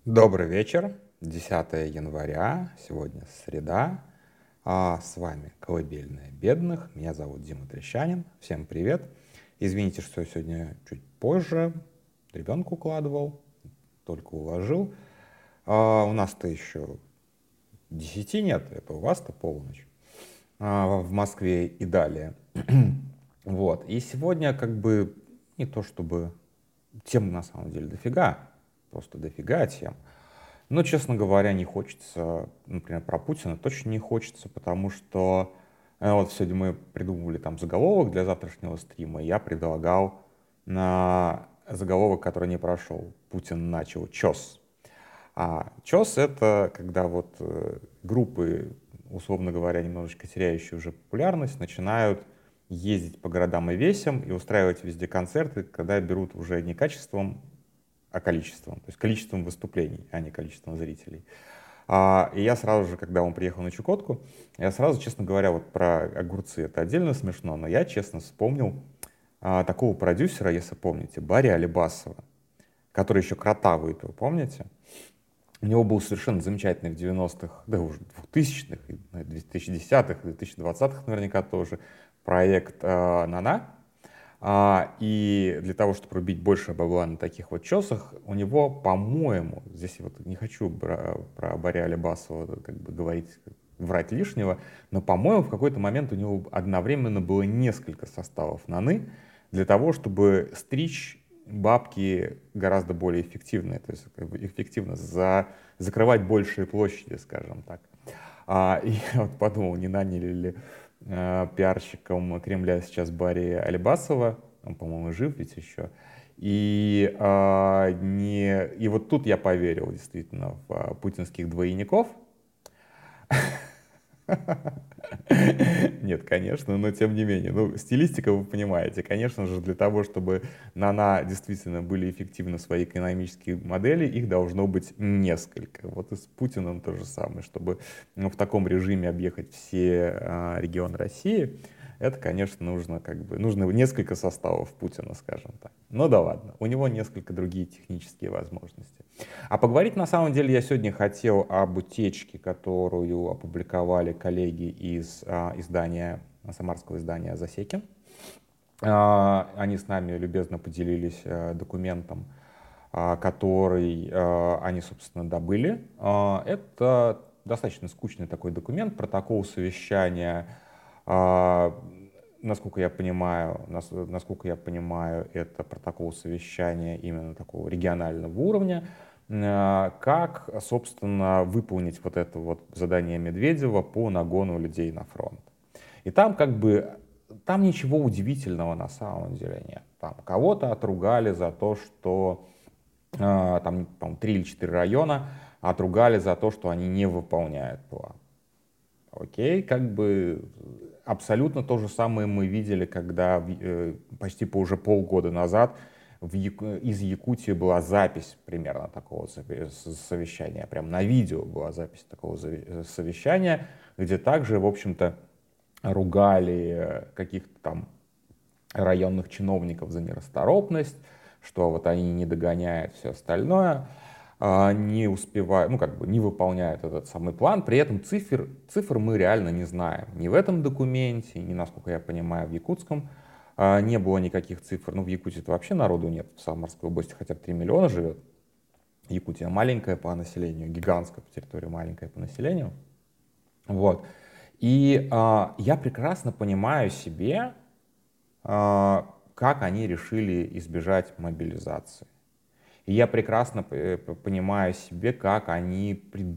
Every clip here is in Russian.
Добрый вечер, 10 января, сегодня среда, с вами «Колыбельная бедных», меня зовут Дима Трещанин, всем привет. Извините, что я сегодня чуть позже, ребенка укладывал, только уложил. У нас-то еще 10 нет, это у вас-то полночь, в Москве и далее. Вот, и сегодня как бы не то чтобы тем на самом деле дофига, просто дофига тем. Но, честно говоря, не хочется, например, про Путина точно не хочется, потому что вот сегодня мы придумывали там заголовок для завтрашнего стрима, и я предлагал на заголовок, который не прошел. Путин начал ЧОС. А ЧОС — это когда вот группы, условно говоря, немножечко теряющие уже популярность, начинают ездить по городам и весям и устраивать везде концерты, когда берут уже не качеством, а количеством, то есть количеством выступлений, а не количеством зрителей. И я сразу же, когда он приехал на Чукотку, я сразу, честно говоря, вот про огурцы, это отдельно смешно, но я, честно, вспомнил такого продюсера, если помните, Барри Алибасова, который еще «Крота» выпил, помните? У него был совершенно замечательный в 90-х, да уже 2000-х, 2010-х, 2020-х наверняка тоже проект «Нана». И для того, чтобы рубить больше бабла на таких вот чесах, у него, по-моему, здесь вот не хочу про Барри Алибасова как бы говорить, врать лишнего, но, по-моему, в какой-то момент у него одновременно было несколько составов Наны для того, чтобы стричь бабки гораздо более эффективно, то есть как бы эффективно закрывать большие площади, скажем так. И я вот подумал, не наняли ли пиарщиком Кремля сейчас Барри Алибасова, он, по-моему, жив ведь еще, и вот тут я поверил действительно в путинских двойников. Нет, конечно, но тем не менее. Ну, стилистика, вы понимаете. Конечно же, для того, чтобы Нана действительно были эффективны свои экономические модели, их должно быть несколько. Вот и с Путиным то же самое. Чтобы в таком режиме объехать все регионы России, это, конечно, нужно несколько составов Путина, скажем так. Ну да ладно, у него несколько другие технические возможности. А поговорить на самом деле я сегодня хотел об утечке, которую опубликовали коллеги из самарского издания «Засеки». Они с нами любезно поделились документом, который они, собственно, добыли. Это достаточно скучный такой документ, протокол совещания. Насколько я понимаю, это протокол совещания именно такого регионального уровня. Как, собственно, выполнить вот это вот задание Медведева по нагону людей на фронт. И там там ничего удивительного на самом деле нет. Там кого-то отругали за то, что там, по-моему, 3 или 4 района отругали за то, что они не выполняют план. Окей, абсолютно то же самое мы видели, когда почти уже полгода назад из Якутии была запись примерно такого совещания, прям на видео была запись такого совещания, где также, в общем-то, ругали каких-то там районных чиновников за нерасторопность, что вот они не догоняют все остальное, не успевают, не выполняют этот самый план. При этом цифр мы реально не знаем. Ни в этом документе, ни, насколько я понимаю, в якутском не было никаких цифр. Ну, в Якутии-то вообще народу нет, в Самарской области хотя бы 3 миллиона живет. Якутия маленькая по населению, гигантская по территории, маленькая по населению. Вот. И я прекрасно понимаю себе, как они решили избежать мобилизации. И я прекрасно понимаю себе, как они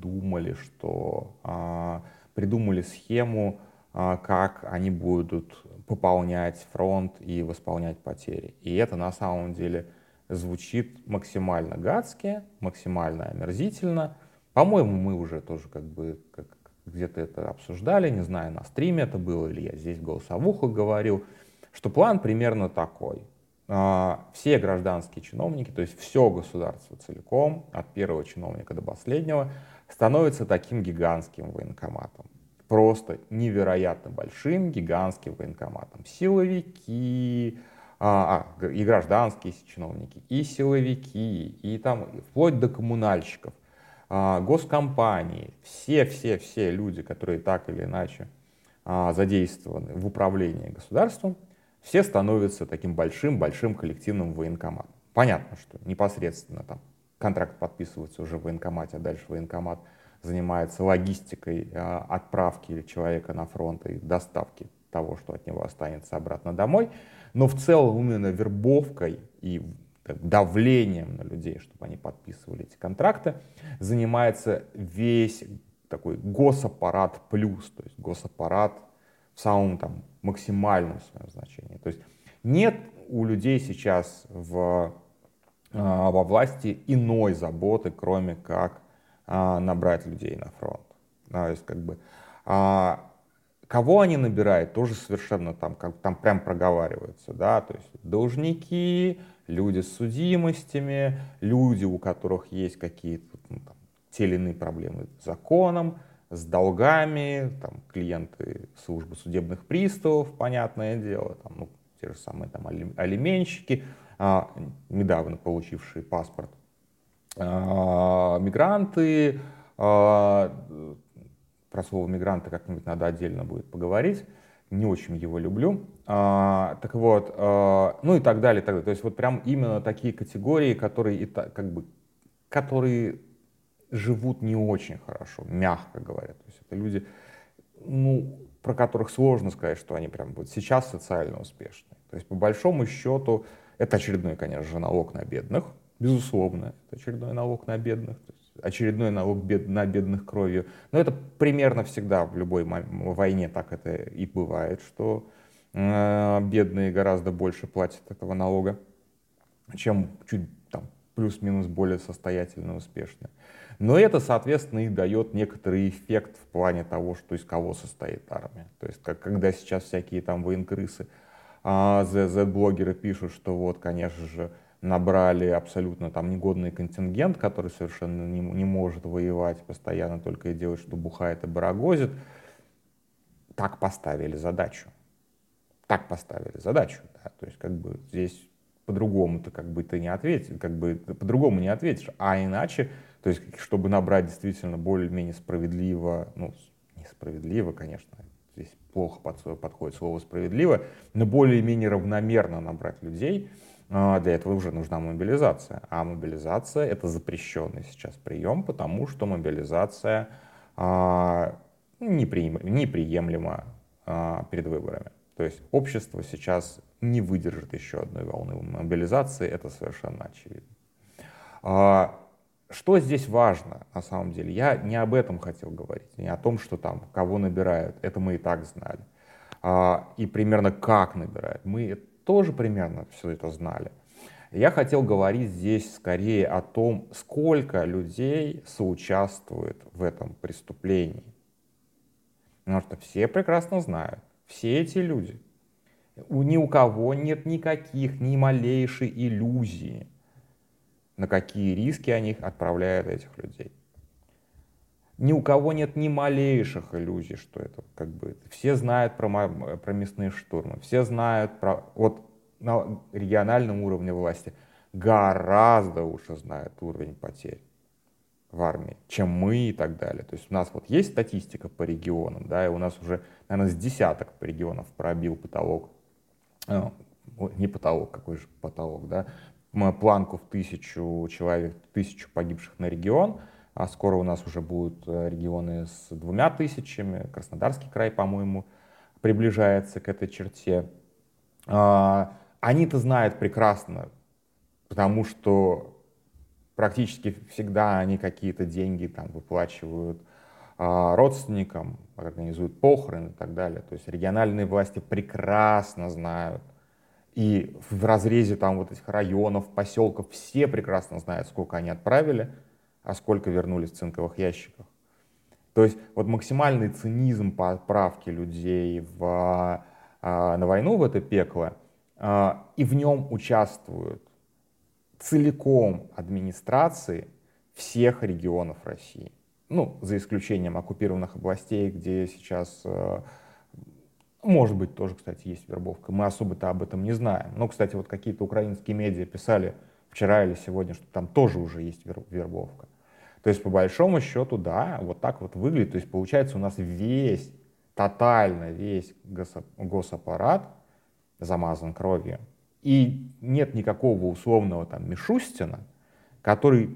придумали схему, как они будут пополнять фронт и восполнять потери. И это на самом деле звучит максимально гадски, максимально омерзительно. По-моему, мы уже тоже где-то это обсуждали, не знаю, на стриме это было или я здесь в голосовухах говорил, что план примерно такой. Все гражданские чиновники, то есть все государство целиком, от первого чиновника до последнего, становится таким гигантским военкоматом. Просто невероятно большим гигантским военкоматом. Силовики, и гражданские чиновники, и силовики, и там вплоть до коммунальщиков. госкомпании, все люди, которые так или иначе задействованы в управлении государством, все становятся таким большим-большим коллективным военкоматом. Понятно, что непосредственно там контракт подписывается уже в военкомате, а дальше военкомат занимается логистикой отправки человека на фронт и доставки того, что от него останется обратно домой. Но в целом именно вербовкой и давлением на людей, чтобы они подписывали эти контракты, занимается весь такой госаппарат плюс, то есть госаппарат в самом там максимальном своем значении. То есть нет у людей сейчас во власти иной заботы, кроме как набрать людей на фронт. То есть как бы кого они набирают, тоже совершенно там прям проговаривается, да, то есть должники, люди с судимостями, люди, у которых есть какие-то те или иные проблемы с законом, с долгами, там, клиенты службы судебных приставов, понятное дело, там, ну, те же самые там алименщики, недавно получившие паспорт, мигранты, про слово мигранты как-нибудь надо отдельно будет поговорить, не очень его люблю. Так вот, ну и так далее, так далее. То есть вот прям именно такие категории, которые живут не очень хорошо, мягко говоря. То есть это люди, ну, про которых сложно сказать, что они прям вот сейчас социально успешны. То есть по большому счету это очередной, конечно же, налог на бедных, безусловно, это очередной налог на бедных, то есть очередной налог на бедных кровью. Но это примерно всегда в любой войне так это и бывает, что бедные гораздо больше платят этого налога, чем чуть там плюс-минус более состоятельно успешные. Но это, соответственно, и дает некоторый эффект в плане того, что из кого состоит армия. То есть, когда сейчас всякие там военкрысы, Z-блогеры пишут, что вот, конечно же, набрали абсолютно там негодный контингент, который совершенно не может воевать, постоянно только и делает, что бухает и барагозит. Так поставили задачу. Так поставили задачу. Да? То есть, как бы здесь по-другому ты не ответишь, по-другому не ответишь, а иначе, то есть, чтобы набрать действительно более-менее справедливо, ну, несправедливо, конечно, здесь плохо подходит слово справедливо, но более-менее равномерно набрать людей, для этого уже нужна мобилизация. А мобилизация — это запрещенный сейчас прием, потому что мобилизация неприемлема перед выборами. То есть общество сейчас не выдержит еще одной волны мобилизации, это совершенно очевидно. Что здесь важно на самом деле? Я не об этом хотел говорить, не о том, что там кого набирают, это мы и так знали. И примерно как набирают, мы тоже примерно все это знали. Я хотел говорить здесь скорее о том, сколько людей соучаствует в этом преступлении. Потому что все прекрасно знают, все эти люди, ни у кого нет никаких, ни малейшей иллюзии, на какие риски они отправляют этих людей. Ни у кого нет ни малейших иллюзий, что это как бы... Все знают про мясные штурмы, все знают про... Вот на региональном уровне власти гораздо лучше знают уровень потерь в армии, чем мы и так далее. То есть у нас вот есть статистика по регионам, да, и у нас уже, наверное, с десяток регионов пробил потолок, не потолок, какой же потолок, да, планку в 1000 человек, 1000 погибших на регион, а скоро у нас уже будут регионы с 2000, Краснодарский край, по-моему, приближается к этой черте. Они-то знают прекрасно, потому что практически всегда они какие-то деньги там выплачивают родственникам, организуют похороны и так далее. То есть региональные власти прекрасно знают. И в разрезе там вот этих районов, поселков все прекрасно знают, сколько они отправили, а сколько вернулись в цинковых ящиках. То есть вот максимальный цинизм по отправке людей на войну, в это пекло, и в нем участвуют целиком администрации всех регионов России. Ну, за исключением оккупированных областей, где сейчас, может быть, тоже, кстати, есть вербовка. Мы особо-то об этом не знаем. Но, кстати, вот какие-то украинские медиа писали вчера или сегодня, что там тоже уже есть вербовка. То То есть, по большому счету, да, вот так вот выглядит. То есть, получается, у нас тотально весь госаппарат замазан кровью. И нет никакого условного там Мишустина, который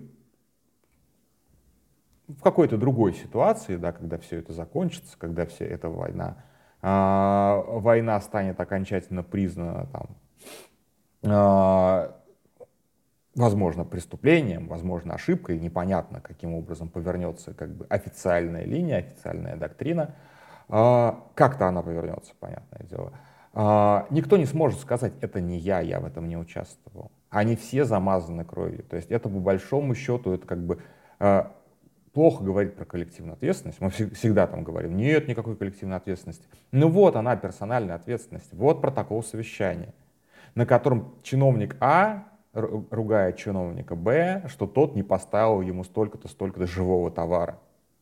в какой-то другой ситуации, да, когда все это закончится, когда вся эта война станет окончательно признана там, возможно, преступлением, возможно, ошибкой, непонятно, каким образом повернется как бы официальная линия, официальная доктрина. Как-то она повернется, понятное дело. Никто не сможет сказать, это не я в этом не участвовал. Они все замазаны кровью. То есть это по большому счету, это как бы плохо говорить про коллективную ответственность. Мы всегда там говорим, нет никакой коллективной ответственности. Ну вот она, персональная ответственность. Вот протокол совещания, на котором чиновник А ругает чиновника Б, что тот не поставил ему столько-то живого товара.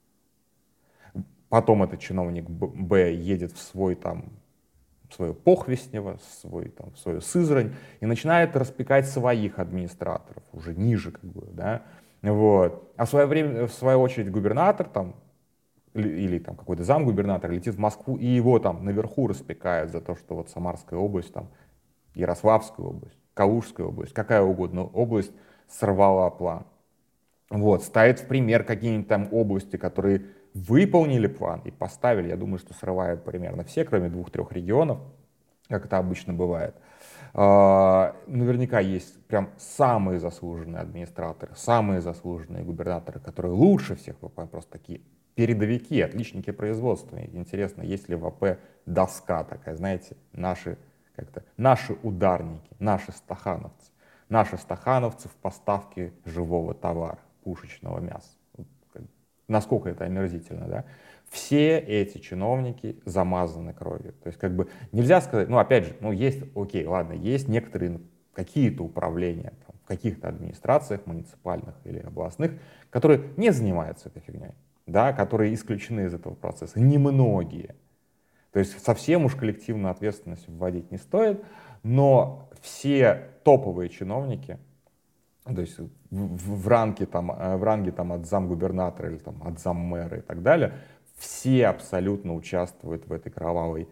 Потом этот чиновник Б едет в свое Похвестнево, в свою Сызрань и начинает распекать своих администраторов, уже ниже, как бы, да. Вот. А в свою очередь, губернатор там, или там какой-то замгубернатор летит в Москву, и его там наверху распекают за то, что вот Самарская область, там, Ярославская область, Калужская область, какая угодно область сорвала план. Вот, ставит в пример какие-нибудь там области, которые выполнили план и поставили. Я думаю, что срывают примерно все, кроме 2-3 регионов, как это обычно бывает. Наверняка есть прям самые заслуженные администраторы, самые заслуженные губернаторы, которые лучше всех выполняют, просто такие передовики, отличники производства. И интересно, есть ли в АП доска такая, знаете, наши ударники, наши стахановцы в поставке живого товара, пушечного мяса. Насколько это омерзительно, да? Все эти чиновники замазаны кровью. То есть как бы нельзя сказать, ну опять же, ну есть, окей, ладно, есть некоторые какие-то управления там, в каких-то администрациях муниципальных или областных, которые не занимаются этой фигней, да, которые исключены из этого процесса. Немногие. То есть совсем уж коллективную ответственность вводить не стоит, но все топовые чиновники, то есть в ранге там от замгубернатора или там от заммэра и так далее, все абсолютно участвуют в этой кровавой,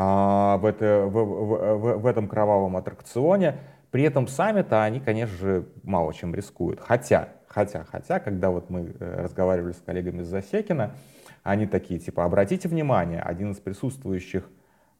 в этом кровавом аттракционе. При этом сами-то они, конечно же, мало чем рискуют. Хотя, когда вот мы разговаривали с коллегами из Засекина, они такие, типа, обратите внимание, один из присутствовавших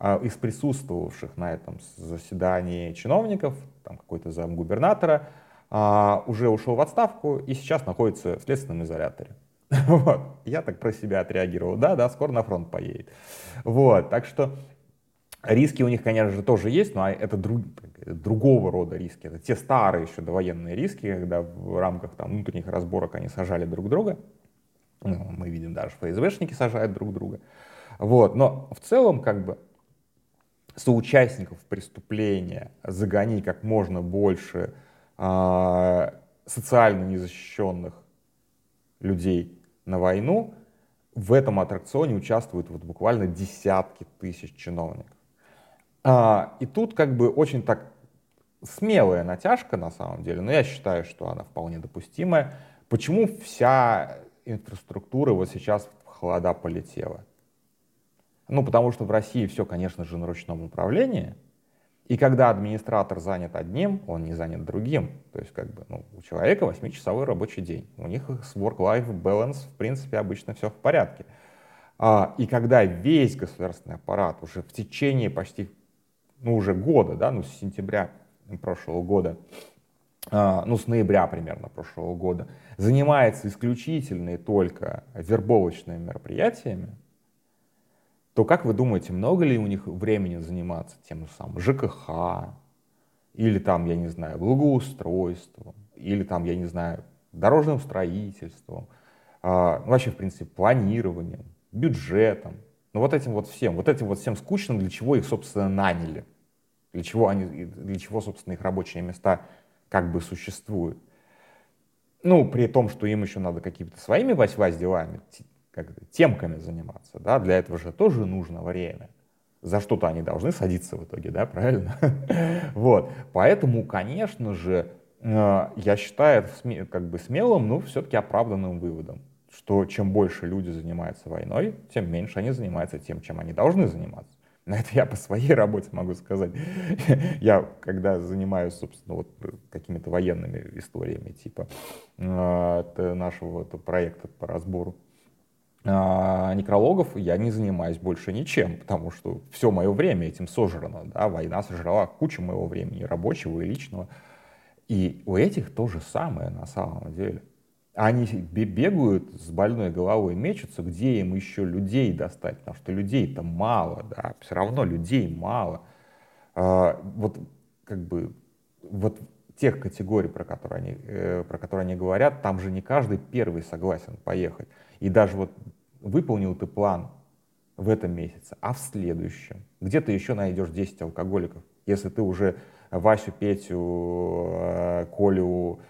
на этом заседании чиновников, там какой-то замгубернатора, уже ушел в отставку и сейчас находится в следственном изоляторе. Вот. Я так про себя отреагировал. Да, скоро на фронт поедет. Вот. Так что риски у них, конечно же, тоже есть, но это другого рода риски. Это те старые еще довоенные риски, когда в рамках там, внутренних разборок они сажали друг друга. Ну, мы видим, даже ФСБшники сажают друг друга. Вот. Но в целом, как бы, соучастников преступления загони как можно больше социально незащищенных людей на войну, в этом аттракционе участвуют вот буквально десятки тысяч чиновников. И тут как бы очень так смелая натяжка на самом деле, но я считаю, что она вполне допустимая. Почему вся инфраструктура вот сейчас в холода полетела? Ну, потому что в России все, конечно же, на ручном управлении. И когда администратор занят одним, он не занят другим. То есть, как бы, ну, у человека 8-часовой рабочий день. У них с work-life balance, в принципе, обычно все в порядке. И когда весь государственный аппарат уже в течение почти, уже года, да, с сентября прошлого года, с ноября примерно прошлого года, занимается исключительно и только вербовочными мероприятиями, то как вы думаете, много ли у них времени заниматься тем же самым ЖКХ, или там, я не знаю, благоустройством, или там, я не знаю, дорожным строительством, вообще, в принципе, планированием, бюджетом, вот этим вот всем скучным, для чего их, собственно, наняли, для чего, собственно, их рабочие места как бы существуют. При том, что им еще надо какими-то своими делами, темками заниматься, да, для этого же тоже нужно время. За что-то они должны садиться в итоге, да, правильно? Вот, поэтому, конечно же, Я считаю это как бы смелым, но все-таки оправданным выводом, что чем больше люди занимаются войной, тем меньше они занимаются тем, чем они должны заниматься. На это я по своей работе могу сказать. Я, когда занимаюсь, собственно, вот какими-то военными историями, типа нашего проекта по разбору некрологов, я не занимаюсь больше ничем, потому что все мое время этим сожрано. Да? Война сожрала кучу моего времени, рабочего и личного. И у этих то же самое на самом деле. Они бегают с больной головой, мечутся, где им еще людей достать, потому что людей-то мало, да, все равно людей мало. Вот как бы вот тех категорий, про которые они говорят, там же не каждый первый согласен поехать. И даже вот выполнил ты план в этом месяце, а в следующем, где ты еще найдешь 10 алкоголиков, если ты уже Васю, Петю, Колю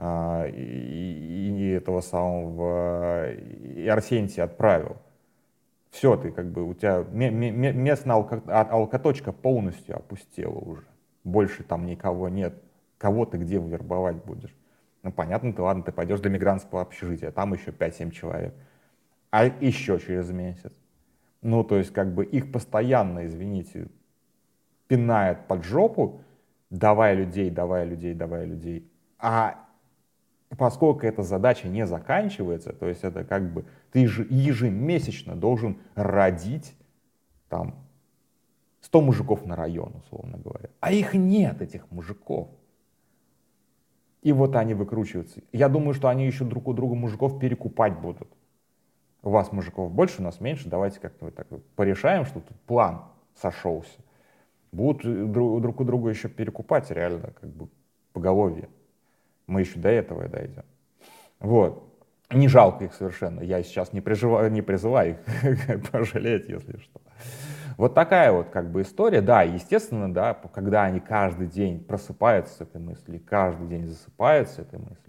и этого самого и Арсентия отправил. Все, ты как бы, у тебя местная алкоточка полностью опустела уже. Больше там никого нет. Кого ты где вербовать будешь? Ну, понятно, ладно, ты пойдешь до мигрантского общежития, там еще 5-7 человек. А еще через месяц. Ну, то есть, как бы их постоянно, извините, пинает под жопу, давай людей, давай людей, давай людей. А поскольку эта задача не заканчивается, то есть это как бы ты же ежемесячно должен родить там 100 мужиков на район, условно говоря. А их нет, этих мужиков. И вот они выкручиваются. Я думаю, что они еще друг у друга мужиков перекупать будут. У вас мужиков больше, у нас меньше, давайте как-то вот так вот порешаем, что тут план сошелся. Будут друг у друга еще перекупать реально как бы поголовье. Мы еще до этого и дойдем. Вот. Не жалко их совершенно. Я сейчас не призываю их пожалеть, если что. Вот такая вот как бы история. Да, естественно, да, когда они каждый день просыпаются с этой мыслью, каждый день засыпают с этой мыслью,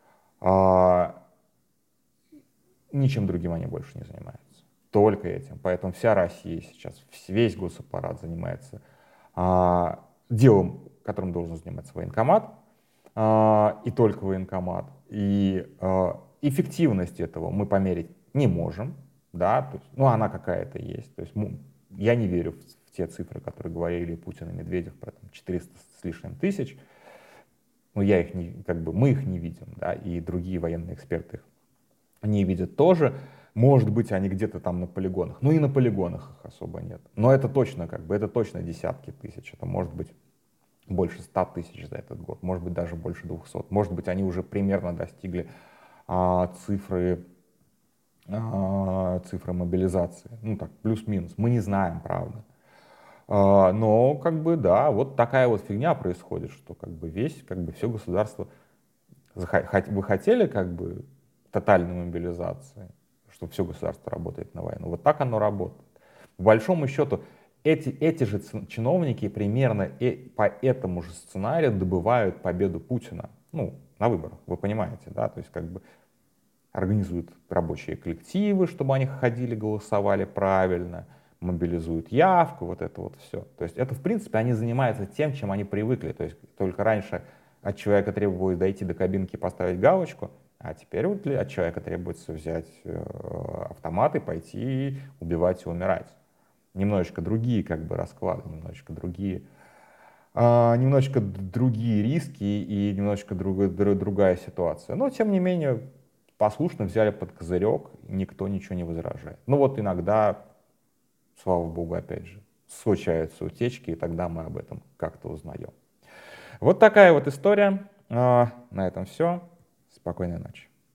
ничем другим они больше не занимаются. Только этим. Поэтому вся Россия сейчас, весь госаппарат занимается делом, которым должен заниматься военкомат, и только военкомат. И эффективность этого мы померить не можем, да, то есть, ну, она какая-то есть. То есть я не верю в те цифры, которые говорили Путин и Медведев про там, 400 с лишним тысяч. Но я их не, как бы, мы их не видим, да, и другие военные эксперты их не видят тоже. Может быть, они где-то там на полигонах. Ну и на полигонах их особо нет. Но это точно, как бы, это точно десятки тысяч. Это может быть больше 100 тысяч за этот год, может быть, даже больше 200. Может быть, они уже примерно достигли цифры мобилизации. Ну так, плюс-минус. Мы не знаем, правда. Но, как бы, да, вот такая вот фигня происходит, что как бы все государство... Вы хотели, как бы, тотальной мобилизации, что все государство работает на войну. Вот так оно работает. По большому счету, эти же чиновники примерно по этому же сценарию добывают победу Путина, ну, на выборах, вы понимаете, да, то есть как бы организуют рабочие коллективы, чтобы они ходили, голосовали правильно, мобилизуют явку, вот это вот все. То есть это, в принципе, они занимаются тем, чем они привыкли, то есть только раньше от человека требовалось дойти до кабинки и поставить галочку, а теперь вот от человека требуется взять автомат и пойти убивать и умирать. Немножечко другие как бы расклады, немножечко другие риски и немножечко другая ситуация. Но, тем не менее, послушно взяли под козырек, никто ничего не возражает. Ну вот иногда, слава богу, опять же, случаются утечки, и тогда мы об этом как-то узнаем. Вот такая вот история. На этом все. Спокойной ночи.